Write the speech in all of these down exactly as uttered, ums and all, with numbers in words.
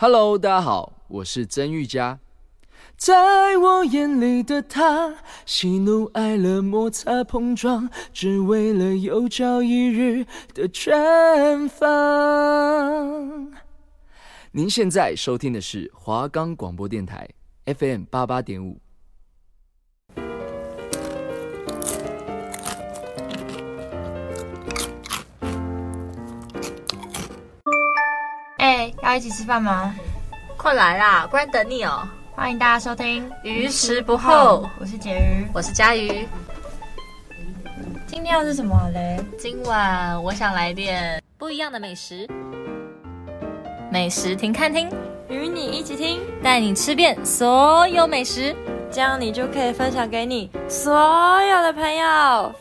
Hello， 大家好，我是曾玉佳。在我眼里的他，喜怒哀乐摩擦碰撞，只为了有朝一日的绽放。您现在收听的是华冈广播电台 F M 八八点五。 哎，要一起吃饭吗？ 快来啦，不然等你哦。 欢迎大家收听鱼食不候， 我是婕妤， 我是佳瑜。 今天要是什么嘞？ 今晚我想来点不一样的美食，美食停看听， 与你一起听， 带你吃遍所有美食， 这样你就可以分享给你所有的朋友。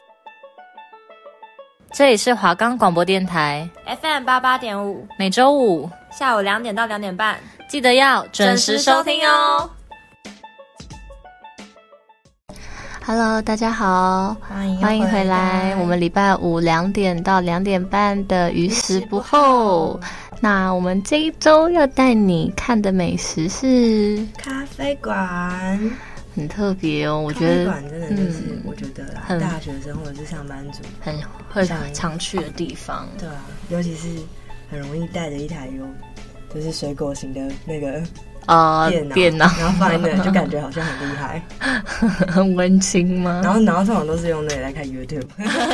这里是华冈广播电台 F M 八八点五， 每周五下午两点到两点半， 记得要准时收听哦。Hello， 大家好， 欢迎欢迎回来。我们礼拜五两点到两点半的鱼食不候。那我们这一周要带你看的美食是咖啡馆。 很特别哦，我觉得咖啡馆真的就是、嗯、我觉得啦，大学生或者是上班族很会常去的地方。 对啊，尤其是很容易带着一台有就是水果型的那个呃电脑， 电脑然后放在那就感觉好像很厉害， 很温馨吗？ 然后然后通常都是用那个来看 YouTube。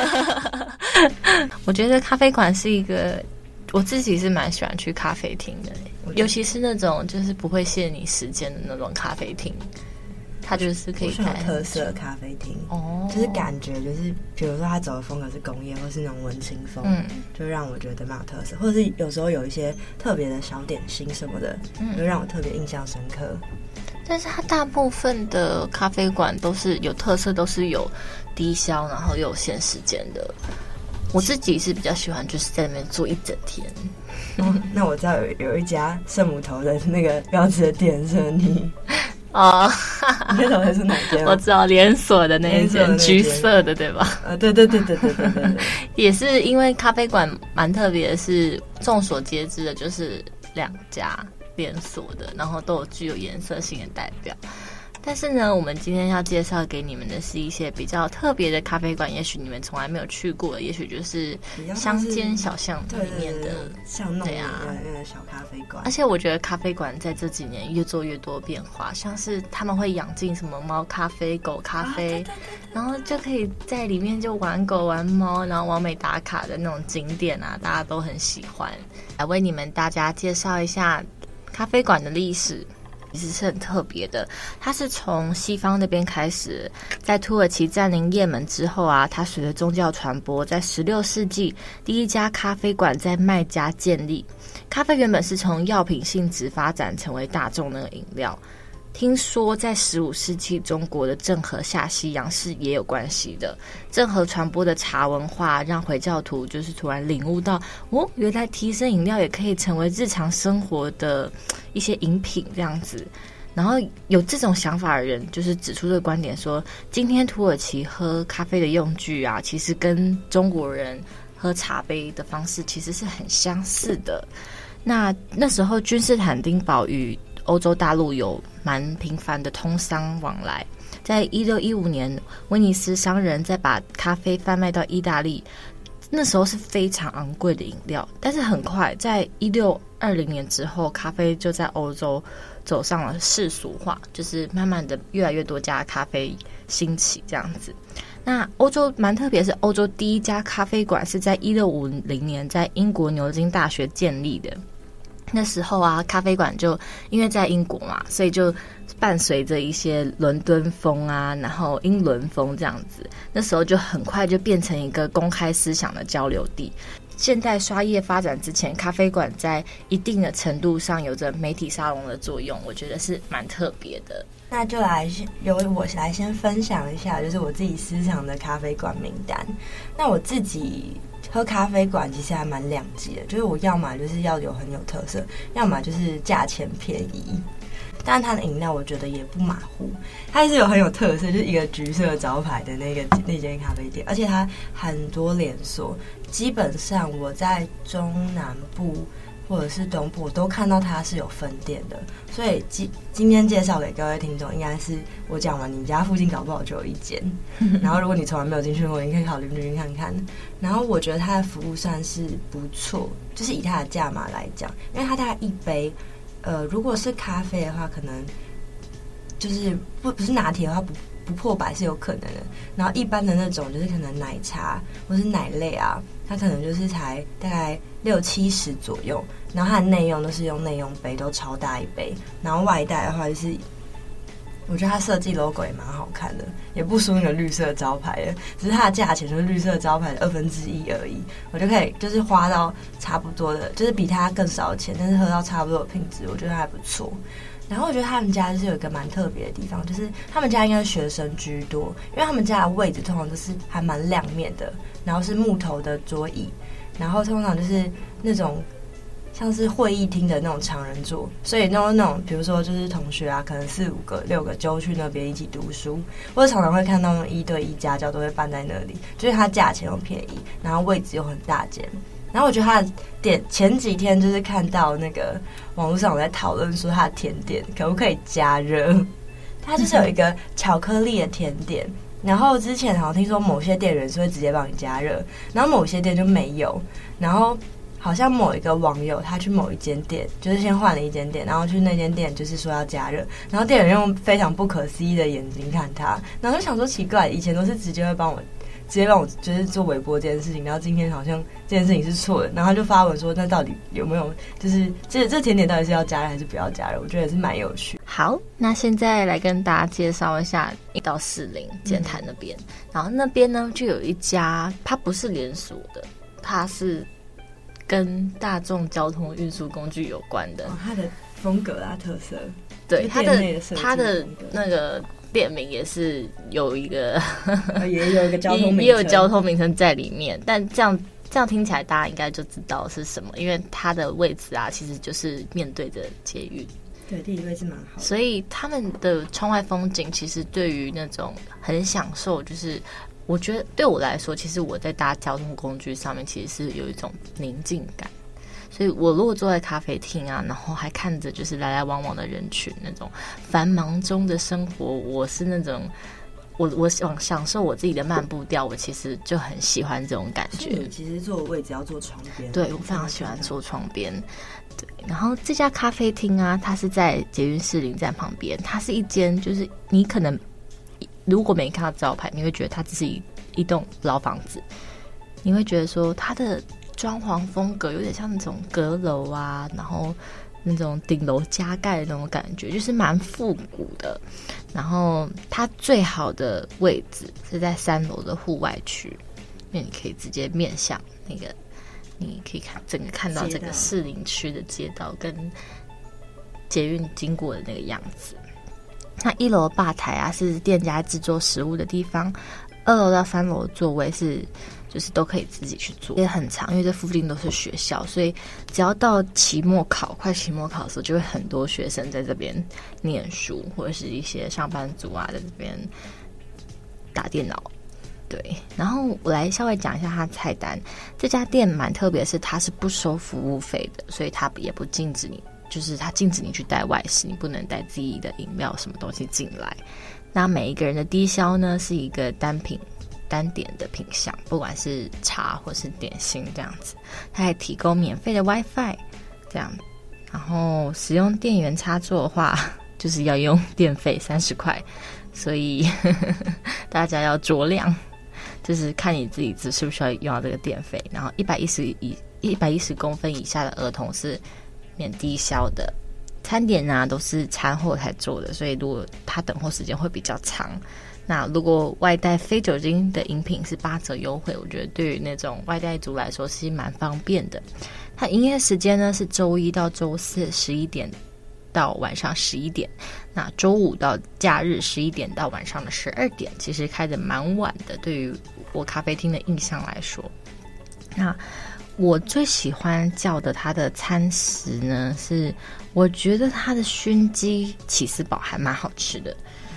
我觉得咖啡馆是一个，我自己是蛮喜欢去咖啡厅的，尤其是那种就是不会限你时间的那种咖啡厅。它就是可以开特色咖啡厅哦，就是感觉就是，比如说他走的风格是工业，或是那种文青风，嗯，就让我觉得蛮有特色，或者是有时候有一些特别的小点心什么的，嗯，就让我特别印象深刻。 但是它大部分的咖啡馆都是有特色，都是有低消，然后又有限时间的。我自己是比较喜欢就是在那边坐一整天。 嗯、那我知道有有一家圣母头的那个标志的店是你。 哦， 你知道是哪间？ 我知道连锁的那一间，橘色的，对吧？ 呃，对对对对对对 对, 對也是因为咖啡馆蛮特别的是，众所皆知的就是两家连锁的，然后都有具有颜色性的代表。但是呢，我们今天要介绍给你们的是一些比较特别的咖啡馆，也许你们从来没有去过的，也许就是乡间小巷里面的巷弄里面的小咖啡馆。 而且我觉得咖啡馆在这几年越做越多变化，像是他们会养进什么猫咖啡、狗咖啡，啊、对对对对，然后就可以在里面就玩狗玩猫，然后完美打卡的那种景点啊，大家都很喜欢。来为你们大家介绍一下咖啡馆的历史。其实是很特别的，它是从西方那边开始，在土耳其占领也门之后啊，它随着宗教传播，在十六世纪第一家咖啡馆在麦加建立。咖啡原本是从药品性质发展成为大众的饮料。听说在十五世纪中国的郑和下西洋是也有关系的。郑和传播的茶文化让回教徒就是突然领悟到，哦，原来提神饮料也可以成为日常生活的一些饮品这样子。然后有这种想法的人就是指出这个观点说，今天土耳其喝咖啡的用具啊，其实跟中国人喝茶杯的方式其实是很相似的。那那时候君士坦丁堡与欧洲大陆有蛮频繁的通商往来。在一六一五年，威尼斯商人在把咖啡贩卖到意大利，那时候是非常昂贵的饮料。但是很快，在一六二零年之后，咖啡就在欧洲走上了世俗化，就是慢慢的越来越多家咖啡兴起这样子。那欧洲蛮特别，是欧洲第一家咖啡馆是在一六五零年在英国牛津大学建立的。那时候啊，咖啡馆就因为在英国嘛，所以就伴随着一些伦敦风啊，然后英伦风这样子。那时候就很快就变成一个公开思想的交流地。现代商业发展之前，咖啡馆在一定的程度上有着媒体沙龙的作用，我觉得是蛮特别的。 那就来由我来先分享一下，就是我自己私藏的咖啡馆名单。那我自己喝咖啡馆其实还蛮两极的，就是我要么就是要有很有特色，要么就是价钱便宜。但是它的饮料我觉得也不马虎，它是有很有特色，就是一个橘色招牌的那个那间咖啡店，而且它很多连锁，基本上我在中南部或者是东部，我都看到它是有分店的。所以今今天介绍给各位听众，应该是我讲完，你家附近搞不好就有一间。然后如果你从来没有进去过，你可以考虑进去看看。然后我觉得它的服务算是不错，就是以它的价码来讲，因为它大概一杯，呃，如果是咖啡的话，可能就是不不是拿铁的话不。不破百是有可能的，然后一般的那种就是可能奶茶或是奶类啊，它可能就是才大概六七十左右，然后它的内用都是用内用杯，都超大一杯，然后外带的话就是，我觉得它设计 logo 也蛮好看的，也不输那个绿色招牌的，只是它的价钱就是绿色招牌的二分之一而已，我就可以就是花到差不多的，就是比它更少的钱，但是喝到差不多的品质，我觉得还不错。然后我觉得他们家就是有一个蛮特别的地方，就是他们家应该是学生居多，因为他们家的位置通常都是还蛮亮面的，然后是木头的桌椅，然后通常就是那种像是会议厅的那种长人座，所以那种那种比如说就是同学啊，可能四五个六个就去那边一起读书，或者常常会看到那种一对一家教都会办在那里，就是它价钱又便宜，然后位置又很大间。然后我觉得他的点前几天就是看到那个网络上有在讨论说他的甜点可不可以加热，他就是有一个巧克力的甜点，然后之前好像听说某些店员是会直接帮你加热，然后某些店就没有，然后好像某一个网友他去某一间店，就是先换了一间店，然后去那间店就是说要加热，然后店员用非常不可思议的眼睛看他，然后就想说奇怪，以前都是直接会帮我直接让我就是做微波这件事情，然后今天好像这件事情是错的，然后他就发文说那到底有没有就是这这甜点到底是要加热还是不要加热，我觉得也是蛮有趣。 好，那现在来跟大家介绍一下一到四零剑潭那边、嗯、然后那边呢就有一家，它不是连锁的，它是跟大众交通运输工具有关的、 哦、它的风格啊特色， 对，它的它的那个店名也是有一个也有一个交通名称， 也有交通名称在里面，但这样这样听起来大家应该就知道是什么，因为它的位置啊其实就是面对着捷运， 对，地理位置蛮好的， 所以他们的窗外风景其实对于那种很享受，就是我觉得对我来说，其实我在搭交通工具上面其实是有一种宁静感，所以我如果坐在咖啡厅啊，然后还看着就是来来往往的人群，那种繁忙中的生活，我是那种我我想享受我自己的慢步调，我其实就很喜欢这种感觉。 你其实坐位置要坐窗边， 对，我非常喜欢坐窗边。对，然后这家咖啡厅啊，它是在捷运士林站旁边，它是一间就是你可能如果没看到招牌，你会觉得它只是一一栋老房子，你会觉得说它的装潢风格有点像那种阁楼啊，然后那种顶楼加盖的那种感觉，就是蛮复古的。然后它最好的位置是在三楼的户外区，因为你可以直接面向那个，你可以看整个看到整个士林区的街道跟捷运经过的那个样子。那一楼的吧台啊是店家制作食物的地方，二楼到三楼的座位是就是都可以自己去做，也很长，因为这附近都是学校，所以只要到期末考快期末考的时候，就会很多学生在这边念书，或者是一些上班族啊在这边打电脑。对，然后我来稍微讲一下它的菜单。这家店蛮特别的是它是不收服务费的，所以它也不禁止你，就是它禁止你去带外食，你不能带自己的饮料什么东西进来。那每一个人的低消呢是一个单品单点的品项，不管是茶或是点心这样子。它还提供免费的 WiFi 这样，然后使用电源插座的话就是要用电费三十块，所以呵呵大家要酌量，就是看你自己是不是要用到这个电费。然后一百一十以一百一十公分以下的儿童是免低消的。餐点啊都是餐后才做的，所以如果它等候时间会比较长。那如果外带非酒精的饮品是八折优惠，我觉得对于那种外带族来说是蛮方便的。它营业时间呢是周一到周四十一点到晚上十一点，那周五到假日十一点到晚上的十二点，其实开得蛮晚的，对于我咖啡厅的印象来说。那我最喜欢叫的它的餐食呢，是我觉得它的熏鸡起司堡还蛮好吃的。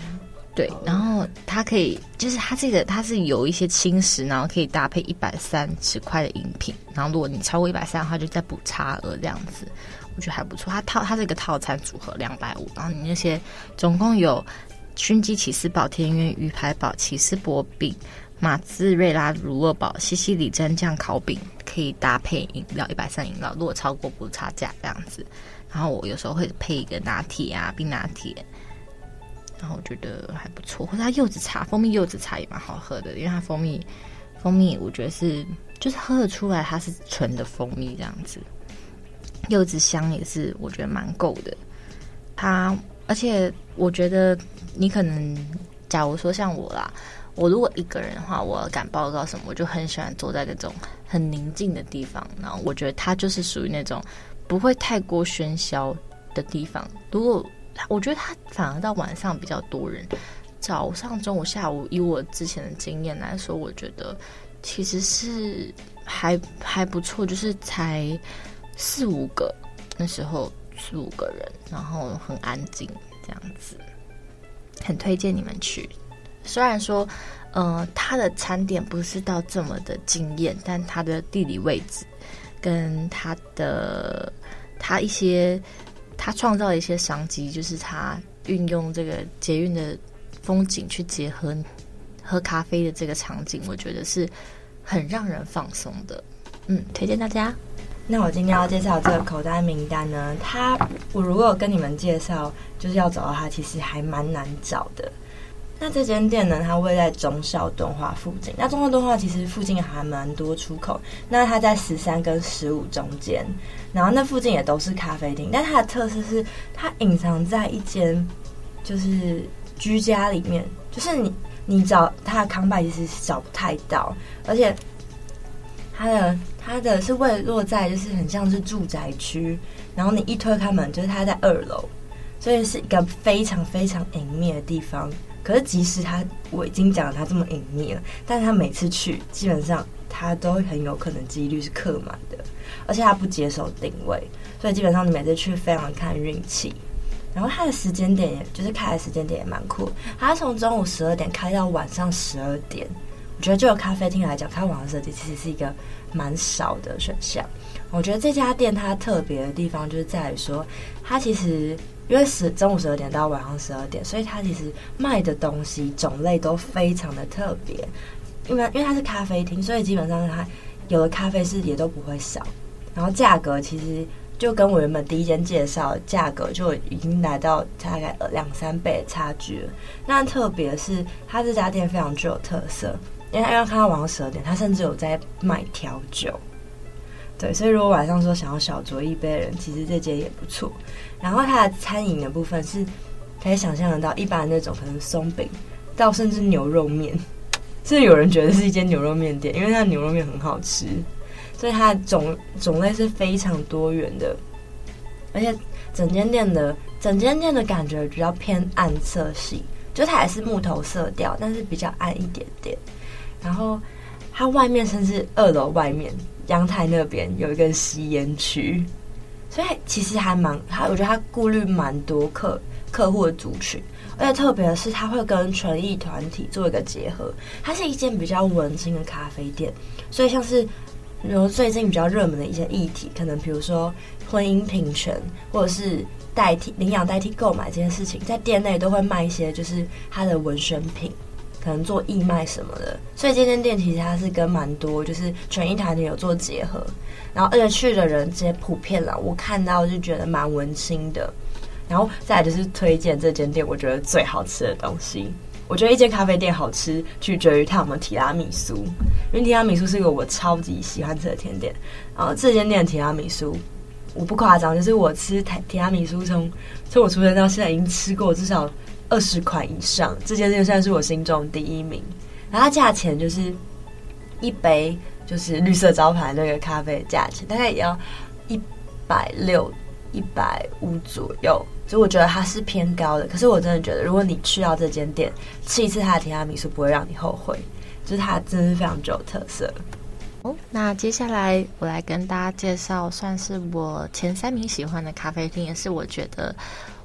对，然后它可以，就是它这个它是有一些轻食，然后可以搭配一百三十块的饮品，然后如果你超过一百三的话，就再补差额这样子，我觉得还不错。它套它是一个套餐组合两百五，然后你那些总共有熏鸡起司堡、田园鱼排堡、起司薄饼、马兹瑞拉乳酪堡、西西里蘸酱烤饼，可以搭配饮料一百三饮料，如果超过不差价这样子。然后我有时候会配一个拿铁啊，冰拿铁。然后我觉得还不错，或者它柚子茶，蜂蜜柚子茶也蛮好喝的，因为它蜂蜜，蜂蜜我觉得是就是喝得出来它是纯的蜂蜜这样子，柚子香也是我觉得蛮够的。它而且我觉得你可能假如说像我啦，我如果一个人的话，我赶报告什么，我就很喜欢坐在那种很宁静的地方，然后我觉得它就是属于那种不会太过喧嚣的地方。如果我觉得它反而到晚上比较多人，早上、中午、下午，以我之前的经验来说，我觉得其实是还还不错，就是才四五个，那时候四五个人，然后很安静这样子，很推荐你们去。虽然说，呃，它的餐点不是到这么的惊艳，但它的地理位置跟它的它一些。他创造了一些商机，就是他运用这个捷运的风景去结合喝咖啡的这个场景，我觉得是很让人放松的。嗯，推荐大家。 那我今天要介绍这个口袋名单呢，它我如果跟你们介绍，就是要找到它，其实还蛮难找的。那这间店呢，它位在忠孝敦化附近。那忠孝敦化其实附近还蛮多出口，那它在十三跟十五中间，然后那附近也都是咖啡厅。但它的特色是，它隐藏在一间就是居家里面，就是你你找它的康拜其实找不太到，而且它的它的是位落在就是很像是住宅区，然后你一推开门就是它在二楼，所以是一个非常非常隐秘的地方。可是即使他我已经讲了他这么隐秘了，但是他每次去基本上他都很有可能几率是客满的，而且他不接受定位，所以基本上你每次去非常看运气。然后他的时间点也就是开的时间点也蛮酷，他从中午十二点开到晚上十二点。我觉得就有咖啡厅来讲，开晚上十二点其实是一个蛮少的选项。我觉得这家店它特别的地方就是在于说，它其实因为十中午十二点到晚上十二点，所以它其实卖的东西种类都非常的特别。因为因为它是咖啡厅，所以基本上它有的咖啡是也都不会少。然后价格其实就跟我原本第一间介绍的价格就已经来到大概两三倍的差距了。那特别是它这家店非常具有特色，因为它要看到晚上十二点，它甚至有在卖调酒。对，所以如果晚上说想要小酌一杯的人，其实这间也不错。然后它的餐饮的部分是可以想象得到，一般那种可能松饼到甚至牛肉面，甚至有人觉得是一间牛肉面店，因为它的牛肉面很好吃，所以它的种种类是非常多元的。而且整间店的整间店的感觉比较偏暗色系，就它也是木头色调，但是比较暗一点点。然后它外面甚至二楼外面阳台那边有一个吸烟区，所以其实还蛮，他我觉得他顾虑蛮多客客户的族群，而且特别的是他会跟纯艺团体做一个结合。它是一间比较文青的咖啡店，所以像是比如最近比较热门的一些议题，可能比如说婚姻平权，或者是代替领养代替购买这件事情，在店内都会卖一些就是它的文宣品。可能做义卖什么的，所以这间店其实它是跟蛮多就是纯艺团体有做结合，然后而且去的人直接普遍啦，我看到就觉得蛮文青的。然后再来就是推荐这间店我觉得最好吃的东西。我觉得一间咖啡店好吃取决于它有没有提拉米苏，因为提拉米苏是一个我超级喜欢吃的甜点。然后这间店的提拉米苏我不夸张，就是我吃提拉米苏从从我出生到现在已经吃过至少二十款以上，这间店算是我心中第一名。然后它价钱就是一杯就是绿色招牌那个咖啡的价钱，大概也要一百六、一百五左右，所以我觉得它是偏高的。可是我真的觉得，如果你去到这间店吃一次它的提拉米苏，不会让你后悔，就是它真的是非常具有特色。 哦，那接下来我来跟大家介绍，算是我前三名喜欢的咖啡厅，也是我觉得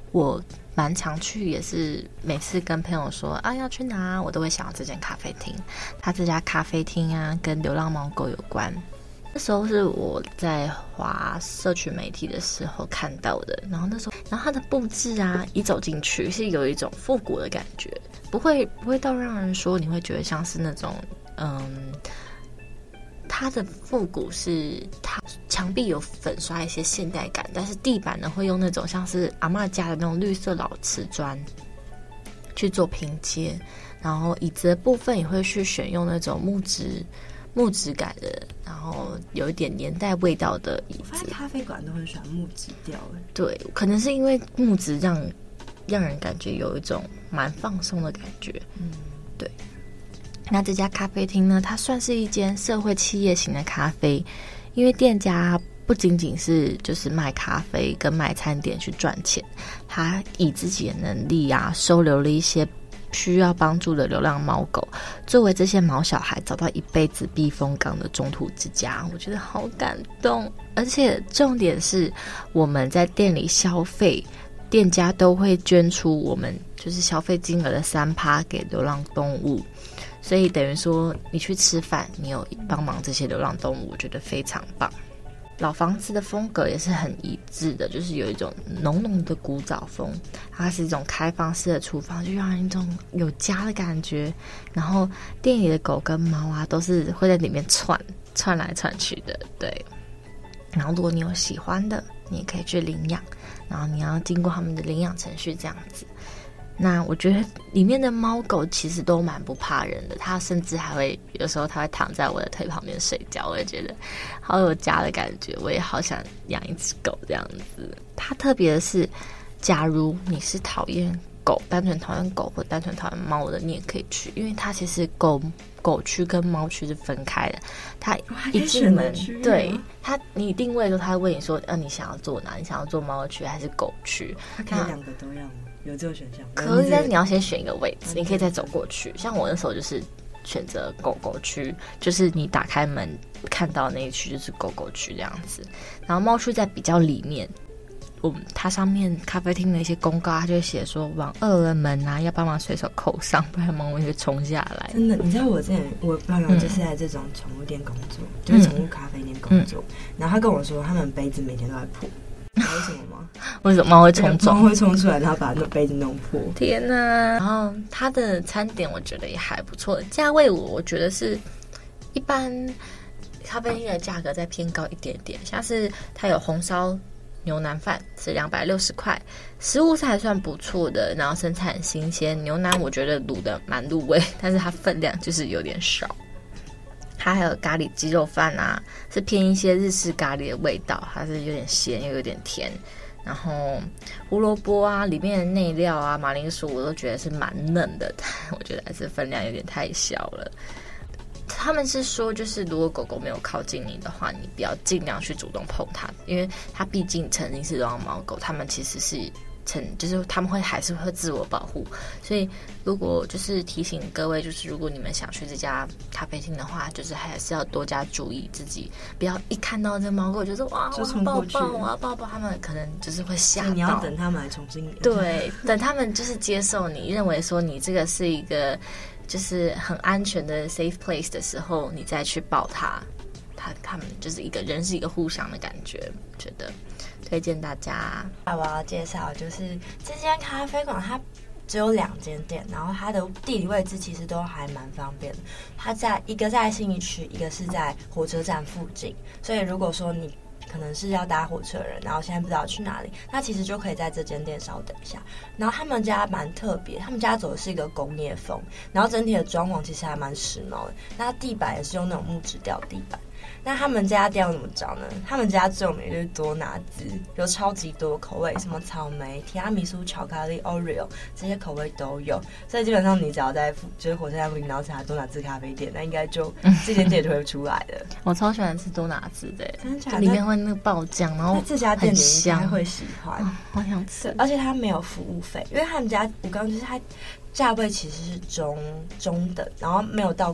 我蛮常去，也是每次跟朋友说啊要去哪，我都会想到这间咖啡厅。它这家咖啡厅啊，跟流浪猫狗有关。那时候是我在滑社群媒体的时候看到的，然后那时候，然后它的布置啊，一走进去是有一种复古的感觉，不会不会到让人说你会觉得像是那种嗯。它的复古是它墙壁有粉刷一些现代感，但是地板呢会用那种像是阿嬷家的那种绿色老瓷砖去做拼接，然后椅子的部分也会去选用那种木质木质感的，然后有一点年代味道的椅子。 我发现咖啡馆都很喜欢木质调， 对，可能是因为木质让让人感觉有一种蛮放松的感觉。嗯，对。那这家咖啡厅呢，它算是一间社会企业型的咖啡，因为店家不仅仅是就是卖咖啡跟卖餐点去赚钱，他以自己的能力啊，收留了一些需要帮助的流浪猫狗，作为这些毛小孩找到一辈子避风港的中途之家，我觉得好感动。而且重点是我们在店里消费，店家都会捐出我们就是消费金额的三趴给流浪动物。所以等于说你去吃饭，你有帮忙这些流浪动物，我觉得非常棒。老房子的风格也是很一致的，就是有一种浓浓的古早风，它是一种开放式的厨房，就让人一种有家的感觉。然后店里的狗跟猫啊都是会在里面窜窜来窜去的，对。然后如果你有喜欢的，你也可以去领养，然后你要经过他们的领养程序这样子。那我觉得里面的猫狗其实都蛮不怕人的，它甚至还会有时候它会躺在我的腿旁边睡觉，我也觉得好有家的感觉，我也好想养一只狗这样子。它特别的是，假如你是讨厌狗，单纯讨厌狗或单纯讨厌猫的，你也可以去，因为它其实狗狗区跟猫区是分开的。它一进门，对它你定位的时候，它会问你说，呃，你想要坐哪？你想要坐猫区还是狗区？ 它可以两个都要吗？有这个选项？ 可以，但是你要先选一个位置，你可以再走过去。像我那时候就是选择狗狗区，就是你打开门看到那一区就是狗狗区这样子。然后猫区在比较里面，我们它上面咖啡厅的一些公告，它就会写说往二的门啊，要帮忙随手扣上，不然猫会冲下来。 真的，你知道我之前我朋友就是在这种宠物店工作，嗯、就是宠物咖啡店工作，嗯、然后他跟我说，他们杯子每天都在破。为什么吗？ 为什么猫会冲走？ 猫会冲出来，然后把那杯子弄破。 天哪！然后它的餐点我觉得也还不错，价位我我觉得是一般咖啡厅的价格再偏高一点点，像是它有红烧牛腩饭是两百六十块，食物是还算不错的，然后生菜很新鲜，牛腩我觉得卤的蛮入味，但是它分量就是有点少。它还有咖喱鸡肉饭啊，是偏一些日式咖喱的味道，它是有点咸又有点甜。然后胡萝卜啊，里面的内料啊，马铃薯我都觉得是蛮嫩的，但我觉得还是分量有点太小了。他们是说，就是如果狗狗没有靠近你的话，你不要尽量去主动碰它，因为它毕竟曾经是流浪猫狗，它们其实是成就是他们会还是会自我保护，所以如果就是提醒各位，就是如果你们想去这家咖啡厅的话，就是还是要多加注意自己，不要一看到这猫狗就说哇，我要抱抱，我要抱抱，他们可能就是会吓到。 你要等他们来重新对，等他们就是接受你，认为说你这个是一个就是很安全的 safe place 的时候，你再去抱它，他他们就是一个人是一个互相的感觉，觉得。推荐大家。 我要介绍就是这间咖啡馆，它只有两间店，然后它的地理位置其实都还蛮方便的。它在一个在信义区，一个是在火车站附近，所以如果说你可能是要搭火车的人，然后现在不知道去哪里，那其实就可以在这间店稍等一下。然后他们家蛮特别，他们家走的是一个工业风，然后整体的装潢其实还蛮时髦的。那地板也是用那种木质调地板。那他们家店怎么找呢？他们家最有名就是多拿滋，有超级多口味，什么草莓、提拉米苏、巧克力、Oreo 这些口味都有。所以基本上你只要在就是火车站附近，然后查多拿滋咖啡店，那应该就这间店就会出来的。 我超喜欢吃多拿滋的，它里面会那个爆酱，然后这家店你应该会喜欢， 哦、好想吃。 而且它没有服务费，因为他们家我刚刚就是它价位其实是中中等，然后没有到高。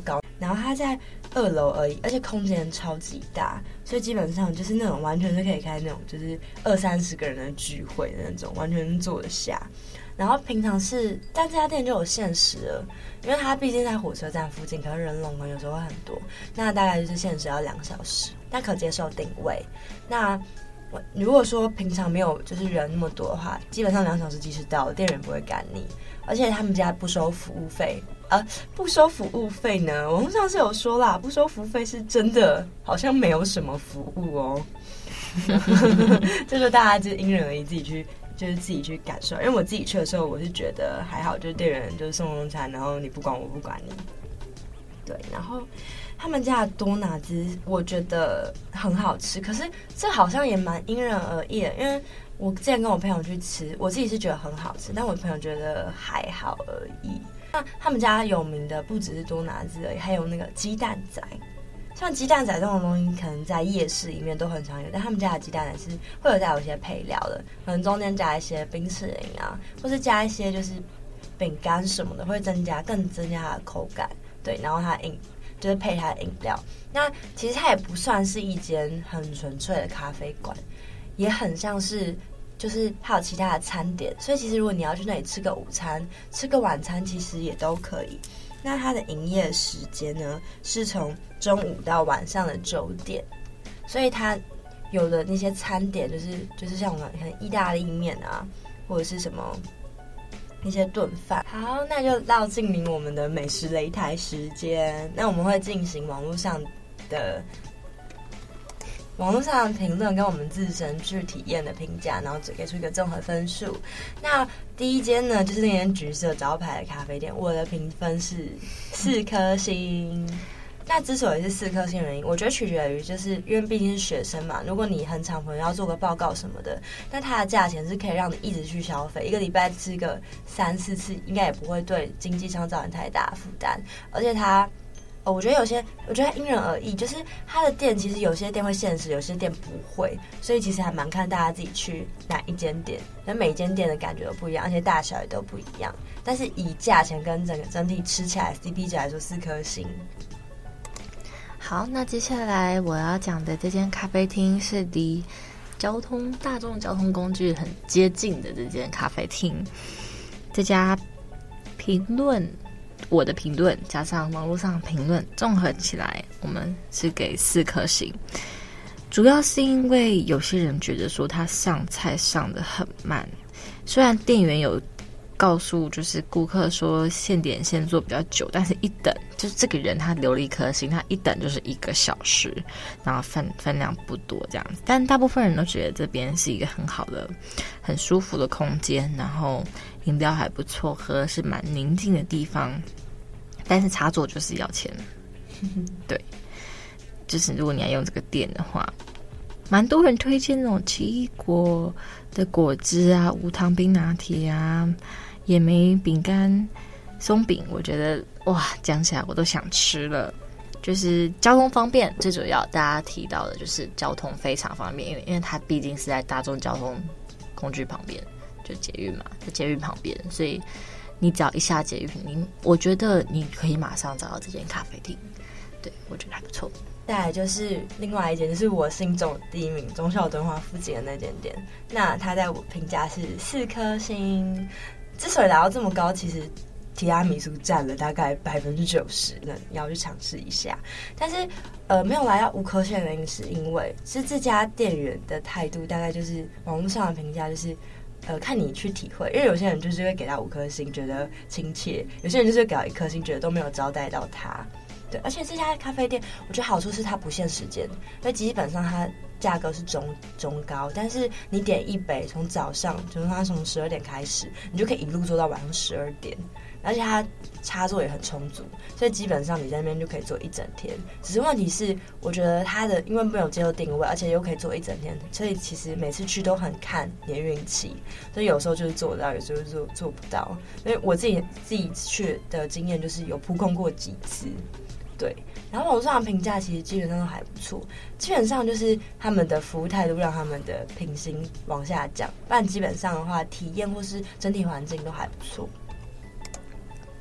然后它在二楼而已，而且空间超级大，所以基本上就是那种完全是可以开那种就是二三十个人的聚会的那种，完全坐得下。然后平常是，但这家店就有限时了，因为它毕竟在火车站附近，可是人龙可能有时候会很多，那大概就是限时要两小时，但可接受定位。那如果说平常没有就是人那么多的话，基本上两小时即使到了，店员不会赶你，而且他们家不收服务费。呃，不收服务费呢，网络上是有说啦，不收服务费是真的，好像没有什么服务哦。这就大家就因人而异，自己去就是自己去感受。因为我自己去的时候，我是觉得还好，就是店员就是送中餐，然后你不管我不管你。对，然后他们家的多拿滋我觉得很好吃，可是这好像也蛮因人而异的，因为我之前跟我朋友去吃，我自己是觉得很好吃，但我朋友觉得还好而已。那他们家有名的不只是多拿滋而已，还有那个鸡蛋仔。像鸡蛋仔这种东西，可能在夜市里面都很常有，但他们家的鸡蛋仔是会有加有一些配料的，可能中间加一些冰淇淋啊，或是加一些就是饼干什么的，会增加更增加它的口感。对，然后它饮就是配它的饮料。那其实它也不算是一间很纯粹的咖啡馆，也很像是就是还有其他的餐点。所以其实如果你要去那里吃个午餐、吃个晚餐，其实也都可以。那它的营业时间呢，是从中午到晚上的九点，所以它有的那些餐点就是就是像我们可能意大利面啊，或者是什么。一些炖饭。好，那就到进行我们的美食擂台时间。那我们会进行网络上的网络上的评论跟我们自身去体验的评价，然后只给出一个综合分数。那第一间呢，就是那间橘色招牌的咖啡店，我的评分是四颗星。那之所以是四颗星的原因，我觉得取决于就是因为毕竟是学生嘛，如果你很常可能要做个报告什么的，那它的价钱是可以让你一直去消费，一个礼拜吃个三四次，应该也不会对经济上造成太大的负担。而且它，哦，我觉得有些，我觉得它因人而异，就是它的店其实有些店会限时，有些店不会，所以其实还蛮看大家自己去哪一间店，那每一间店的感觉都不一样，而且大小也都不一样。但是以价钱跟整个整体吃起来 C P 值来说，四颗星。 好，那接下来我要讲的这间咖啡厅是离交通大众交通工具很接近的这间咖啡厅。这家评论，我的评论加上网络上的评论综合起来，我们是给四颗星。主要是因为有些人觉得说他上菜上得很慢，虽然店员有告诉就是顾客说现点现做比较久，但是一等就是这个人他留了一颗星，他一等就是一个小时，然后分分量不多这样子。但大部分人都觉得这边是一个很好的、很舒服的空间，然后饮料还不错喝，是蛮宁静的地方。但是插座就是要钱，对，就是如果你要用这个店的话。蛮多人推荐那种奇异果的果汁啊，无糖冰拿铁啊，野莓饼干、松饼，我觉得哇，讲起来我都想吃了。就是交通方便，最主要大家提到的就是交通非常方便，因为因为它毕竟是在大众交通工具旁边，就捷运嘛，在捷运旁边，所以你只要一下捷运，你我觉得你可以马上找到这间咖啡厅，对我觉得还不错。 再来就是另外一间，就是我心中第一名，忠孝敦化附近的那间店。那它在我评价是四颗星。之所以来到这么高，其实提拉米苏占了大概百分之九十，那你要去尝试一下。但是呃，没有来到五颗星的原因是因为是这家店员的态度，大概就是网络上的评价就是。呃，看你去体会，因为有些人就是会给他五颗星，觉得亲切；有些人就是会给他一颗星，觉得都没有招待到他。对，而且这家咖啡店，我觉得好处是它不限时间，因为基本上它价格是中中高，但是你点一杯，从早上，就是它从十二点开始，你就可以一路做到晚上十二点，而且它插座也很充足，所以基本上你在那边就可以坐一整天。只是问题是，我觉得它的因为没有接受定位，而且又可以坐一整天，所以其实每次去都很看你的运气，所以有时候就是做得到，有时候做做不到。因为我自己自己去的经验就是有扑空过几次。对，然后网络上的评价其实基本上都还不错，基本上就是他们的服务态度让他们的评星往下降，不然基本上的话，体验或是整体环境都还不错。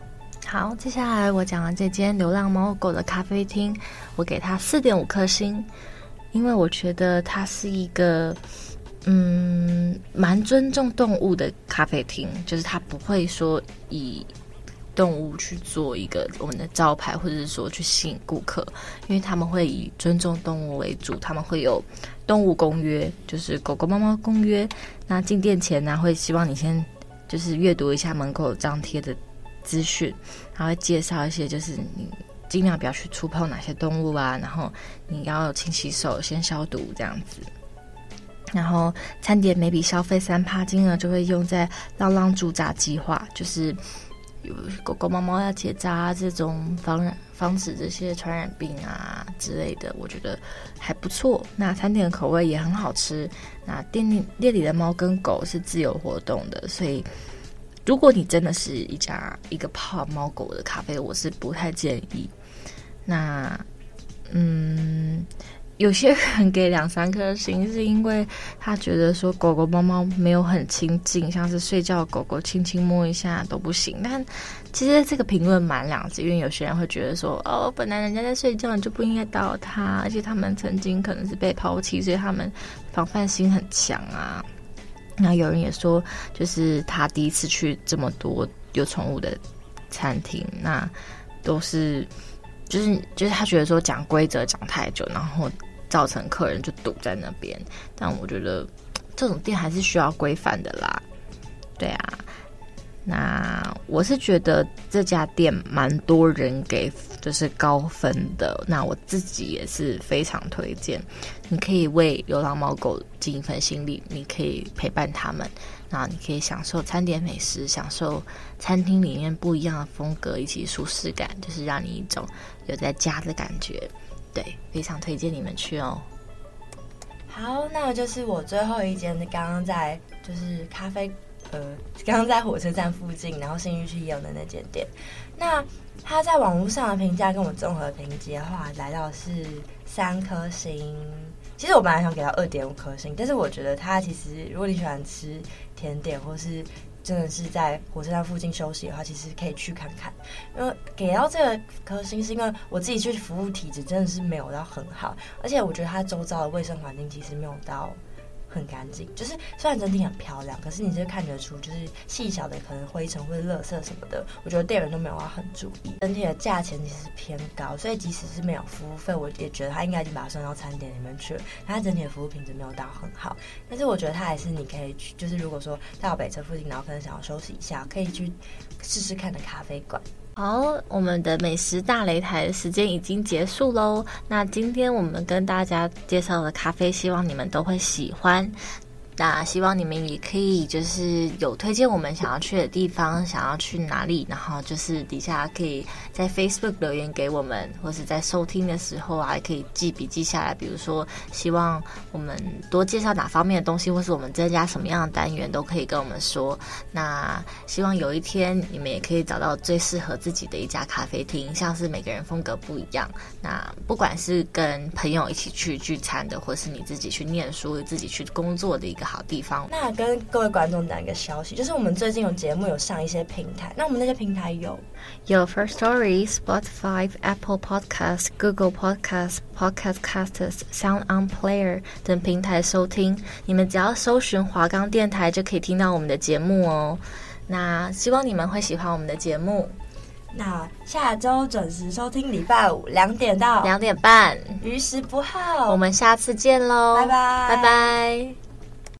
好，接下来我讲的这间流浪猫狗的咖啡厅，我给它四点五颗星，因为我觉得它是一个嗯蛮尊重动物的咖啡厅，就是它不会说以动物去做一个我们的招牌，或者是说去吸引顾客，因为他们会以尊重动物为主，他们会有动物公约，就是狗狗猫猫公约。那进店前呢，会希望你先就是阅读一下门口张贴的资讯，然后会介绍一些就是你尽量不要去触碰哪些动物啊，然后你要勤洗手，先消毒这样子。然后餐点每笔消费三趴金额就会用在浪浪驻扎计划，就是有狗狗猫猫要结扎这种防染防止这些传染病啊之类的，我觉得还不错。那餐点的口味也很好吃，那店里店里的猫跟狗是自由活动的，所以如果你真的是一家一个泡猫狗的咖啡，我是不太建议。那嗯有些人给两三颗星是因为他觉得说狗狗猫猫没有很亲近，像是睡觉狗狗轻轻摸一下都不行。但其实这个评论蛮两极，因为有些人会觉得说哦，本来人家在睡觉你就不应该打扰他，而且他们曾经可能是被抛弃，所以他们防范心很强啊。那有人也说就是他第一次去这么多有宠物的餐厅，那都是就是就是他觉得说讲规则讲太久，然后造成客人就堵在那边。但我觉得这种店还是需要规范的啦。对啊，那我是觉得这家店蛮多人给就是高分的，那我自己也是非常推荐。你可以为流浪猫狗尽一份心力，你可以陪伴他们，那你可以享受餐点美食，享受餐厅里面不一样的风格以及舒适感，就是让你一种有在家的感觉。对，非常推荐你们去哦。 好，那就是我最后一间，刚刚在就是咖啡，呃，刚刚在火车站附近，然后信义区也有的那间店。那它在网络上的评价跟我综合评级的话，来到是三颗星。其实我本来想给它二点五颗星，但是我觉得它其实，如果你喜欢吃甜点或是真的是在火车站附近休息的话，其实可以去看看。因为给到这个颗星是因为我自己去服务体质真的是没有到很好，而且我觉得它周遭的卫生环境其实没有到很干净，就是虽然整体很漂亮，可是你是看得出就是细小的可能灰尘或者垃圾什么的，我觉得店员都没有要很注意。整体的价钱其实偏高，所以即使是没有服务费，我也觉得他应该已经把它算到餐点里面去了。它整体的服务品质没有到很好，但是我觉得它还是你可以去，就是如果说到北车附近，然后可能想要休息一下，可以去试试看的咖啡馆。 好，我们的美食大擂台的时间已经结束喽。那今天我们跟大家介绍的咖啡，希望你们都会喜欢。那希望你们也可以就是有推荐我们想要去的地方，想要去哪里，然后就是底下可以在 Facebook 留言给我们，或是在收听的时候啊，可以记笔记下来，比如说希望我们多介绍哪方面的东西，或是我们增加什么样的单元，都可以跟我们说。那希望有一天你们也可以找到最适合自己的一家咖啡厅，像是每个人风格不一样，那不管是跟朋友一起去聚餐的，或是你自己去念书自己去工作的一个好地方。 那跟各位观众讲一个消息，就是我们最近有节目有上一些平台，那我们那些平台有有 First Story、Spotify、Apple Podcast、Google Podcast、Podcast Casters、Sound On Player 等平台收听，你们只要搜寻华冈电台就可以听到我们的节目哦。那希望你们会喜欢我们的节目。 那下周准时收听，礼拜五两点到两点半， 于时不耗。 我们下次见喽， 拜拜， 拜拜。